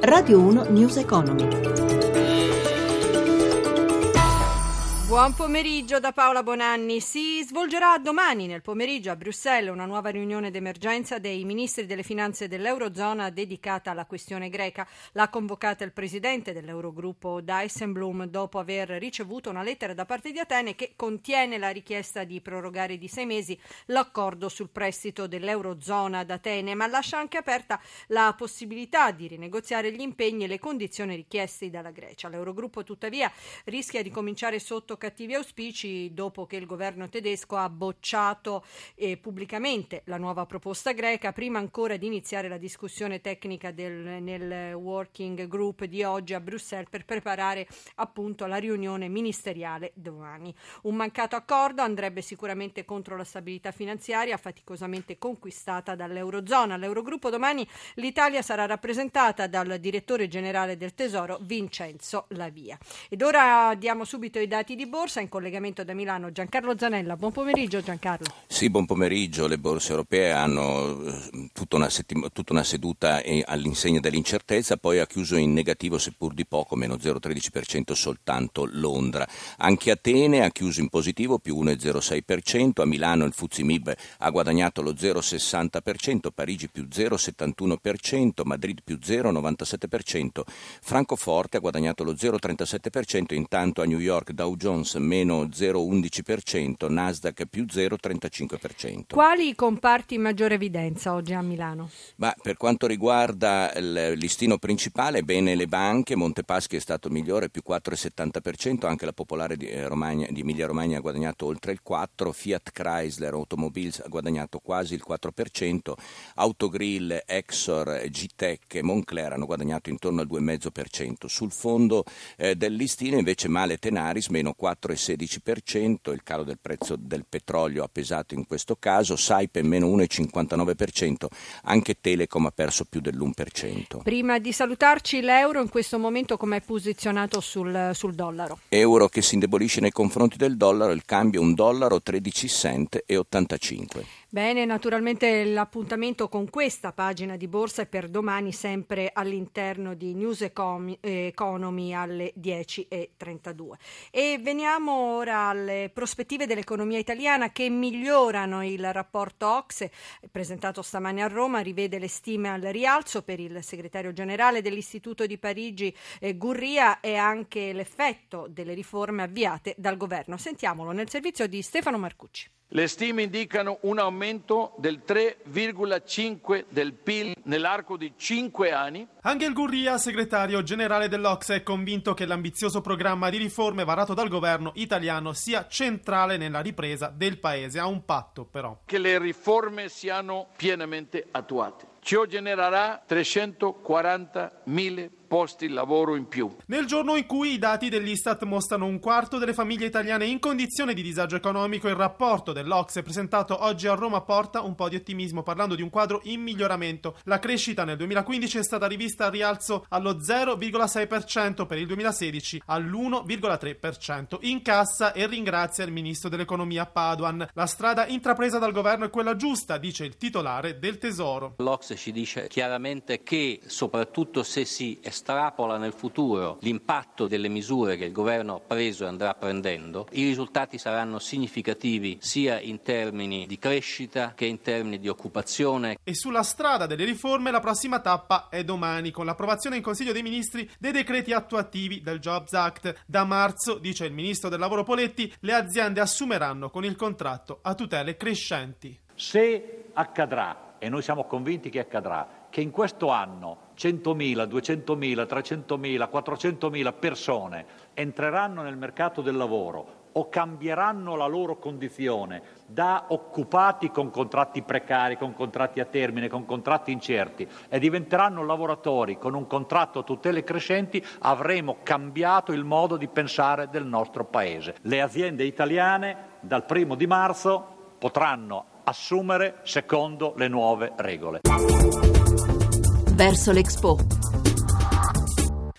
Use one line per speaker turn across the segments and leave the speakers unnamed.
Radio 1 News Economy.
Buon pomeriggio da Paola Bonanni. Si svolgerà domani nel pomeriggio a Bruxelles una nuova riunione d'emergenza dei ministri delle finanze dell'Eurozona dedicata alla questione greca. L'ha convocata il presidente dell'Eurogruppo Dijsselbloem dopo aver ricevuto una lettera da parte di Atene che contiene la richiesta di prorogare di 6 mesi l'accordo sul prestito dell'Eurozona ad Atene, ma lascia anche aperta la possibilità di rinegoziare gli impegni e le condizioni richiesti dalla Grecia. L'Eurogruppo tuttavia rischia di cominciare sotto cattivi auspici dopo che il governo tedesco ha bocciato pubblicamente la nuova proposta greca prima ancora di iniziare la discussione tecnica nel working group di oggi a Bruxelles per preparare appunto la riunione ministeriale domani. Un mancato accordo andrebbe sicuramente contro la stabilità finanziaria faticosamente conquistata dall'Eurozona. All'Eurogruppo domani l'Italia sarà rappresentata dal direttore generale del Tesoro Vincenzo Lavia. Ed ora diamo subito i dati di borsa in collegamento da Milano. Giancarlo Zanella. Buon pomeriggio Giancarlo.
Sì, buon pomeriggio. Le borse europee hanno tutta una seduta all'insegna dell'incertezza, poi ha chiuso in negativo seppur di poco, meno 0,13% soltanto Londra. Anche Atene ha chiuso in positivo, più 1,06%, a Milano il FTSE MIB ha guadagnato lo 0,60%, Parigi più 0,71%, Madrid più 0,97%, Francoforte ha guadagnato lo 0,37%, intanto a New York Dow Jones meno 0,11%, Nasdaq più 0,35%.
Quali comparti in maggiore evidenza oggi a Milano?
Per quanto riguarda il listino principale, bene le banche, Montepaschi è stato migliore, più 4,70%, anche la Popolare di Emilia-Romagna ha guadagnato oltre il 4%, Fiat Chrysler Automobiles ha guadagnato quasi il 4%, Autogrill, Exor, Gitec e Moncler hanno guadagnato intorno al 2,5%. Sul fondo del listino invece Male Tenaris meno 4,16%, il calo del prezzo del petrolio ha pesato in questo caso, Saipem meno 1,59%, anche Telecom ha perso più dell'1%.
Prima di salutarci, l'euro in questo momento com'è posizionato sul dollaro?
Euro che si indebolisce nei confronti del dollaro, il cambio $1 13 cent e 85.
Bene, naturalmente l'appuntamento con questa pagina di borsa è per domani, sempre all'interno di News Economy alle 10:32. E veniamo ora alle prospettive dell'economia italiana che migliorano. Il rapporto OCSE presentato stamani a Roma rivede le stime al rialzo per il segretario generale dell'Istituto di Parigi Gurria e anche l'effetto delle riforme avviate dal governo. Sentiamolo nel servizio di Stefano Marcucci.
Le stime indicano un aumento del 3,5 del PIL nell'arco di 5 anni.
Angel Gurria, segretario generale dell'OCSE, è convinto che l'ambizioso programma di riforme varato dal governo italiano sia centrale nella ripresa del paese. Ha un patto però:
che le riforme siano pienamente attuate. Ciò genererà 340.000 posti di lavoro in più.
Nel giorno in cui i dati dell'Istat mostrano un quarto delle famiglie italiane in condizione di disagio economico, il rapporto dell'OCSE presentato oggi a Roma porta un po' di ottimismo, parlando di un quadro in miglioramento. La crescita nel 2015 è stata rivista al rialzo allo 0,6%, per il 2016 all'1,3%. In cassa e ringrazia il ministro dell'economia Padoan. La strada intrapresa dal governo è quella giusta, dice il titolare del Tesoro.
L'OCSE ci dice chiaramente che, soprattutto se si estrapola nel futuro l'impatto delle misure che il governo ha preso e andrà prendendo, i risultati saranno significativi sia in termini di crescita che in termini di occupazione.
E sulla strada delle riforme la prossima tappa è domani, con l'approvazione in Consiglio dei Ministri dei decreti attuativi del Jobs Act. Da marzo, dice il ministro del lavoro Poletti, le aziende assumeranno con il contratto a tutele crescenti.
Se accadrà, e noi siamo convinti che accadrà, che in questo anno 100.000, 200.000, 300.000, 400.000 persone entreranno nel mercato del lavoro o cambieranno la loro condizione da occupati con contratti precari, con contratti a termine, con contratti incerti e diventeranno lavoratori con un contratto a tutele crescenti, avremo cambiato il modo di pensare del nostro Paese. Le aziende italiane dal 1° di marzo potranno assumere secondo le nuove regole.
Verso l'Expo.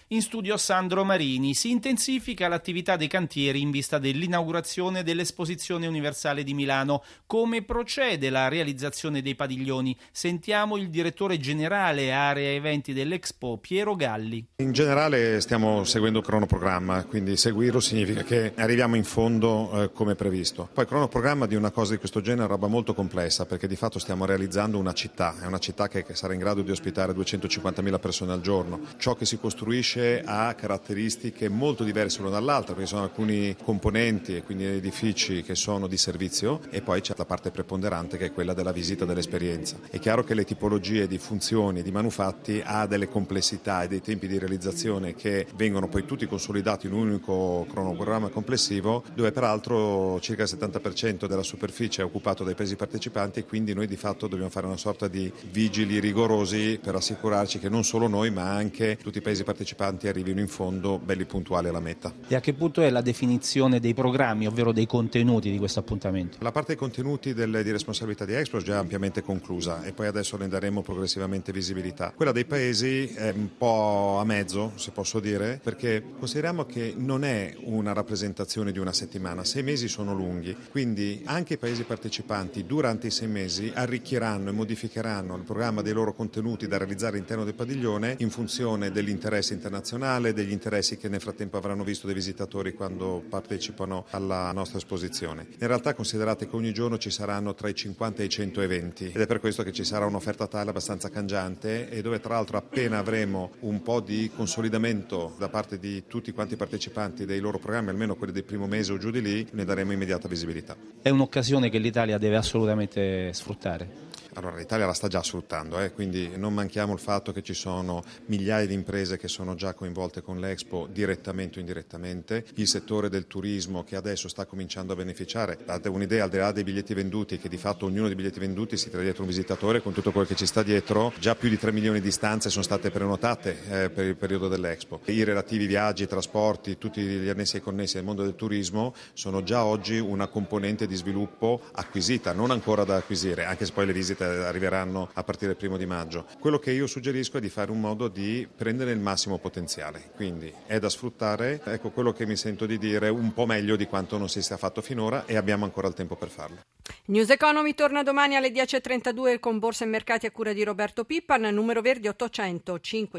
In studio Sandro Marini. Si intensifica l'attività dei cantieri in vista dell'inaugurazione dell'Esposizione Universale di Milano. Come procede la realizzazione dei padiglioni? Sentiamo il direttore generale area eventi dell'Expo, Piero Galli.
In generale stiamo seguendo il cronoprogramma, quindi seguirlo significa che arriviamo in fondo come previsto. Poi il cronoprogramma di una cosa di questo genere è una roba molto complessa, perché di fatto stiamo realizzando una città, è una città che sarà in grado di ospitare 250.000 persone al giorno. Ciò che si costruisce ha caratteristiche molto diverse l'una dall'altra, perché sono alcuni componenti e quindi edifici che sono di servizio e poi c'è la parte preponderante che è quella della visita dell'esperienza. È chiaro che le tipologie di funzioni, di manufatti ha delle complessità e dei tempi di realizzazione che vengono poi tutti consolidati in un unico cronoprogramma complessivo, dove peraltro circa il 70% della superficie è occupato dai paesi partecipanti e quindi noi di fatto dobbiamo fare una sorta di vigili rigorosi per assicurarci che non solo noi ma anche tutti i paesi partecipanti arrivino in fondo belli puntuali alla meta.
E a che punto è la definizione dei programmi, ovvero dei contenuti di questo appuntamento?
La parte dei contenuti di responsabilità di Expo è già ampiamente conclusa e poi adesso ne daremo progressivamente visibilità. Quella dei paesi è un po' a mezzo, se posso dire, perché consideriamo che non è una rappresentazione di una settimana, 6 mesi sono lunghi, quindi anche i paesi partecipanti durante i 6 mesi arricchiranno e modificheranno il programma dei loro contenuti da realizzare all'interno del padiglione in funzione dell'interesse internazionale, degli interessi che nel frattempo avranno visto dei visitatori quando partecipano alla nostra esposizione. In realtà considerate che ogni giorno ci saranno tra i 50 e i 100 eventi ed è per questo che ci sarà un'offerta tale abbastanza cangiante e dove tra l'altro appena avremo un po' di consolidamento da parte di tutti quanti i partecipanti dei loro programmi, almeno quelli del primo mese o giù di lì, ne daremo immediata visibilità.
È un'occasione che l'Italia deve assolutamente sfruttare.
Allora, l'Italia la sta già sfruttando, quindi non manchiamo il fatto che ci sono migliaia di imprese che sono già coinvolte con l'Expo direttamente o indirettamente, il settore del turismo che adesso sta cominciando a beneficiare. Date un'idea, al di là dei biglietti venduti, che di fatto ognuno dei biglietti venduti si trae dietro un visitatore con tutto quello che ci sta dietro, già più di 3 milioni di stanze sono state prenotate per il periodo dell'Expo. I relativi viaggi, trasporti, tutti gli annessi e connessi al mondo del turismo sono già oggi una componente di sviluppo acquisita, non ancora da acquisire, anche se poi le visite arriveranno a partire dal 1° maggio. Quello che io suggerisco è di fare un modo di prendere il massimo potenziale, quindi è da sfruttare, ecco quello che mi sento di dire un po' meglio di quanto non si sia fatto finora e abbiamo ancora il tempo per farlo.
News Economy torna domani alle 10.32 con Borsa e Mercati a cura di Roberto Pippan, numero verde 800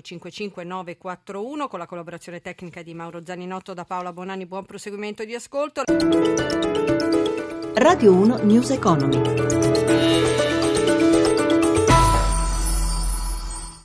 555 941 con la collaborazione tecnica di Mauro Zaninotto. Da Paola Bonanni, buon proseguimento di ascolto.
Radio 1 News Economy.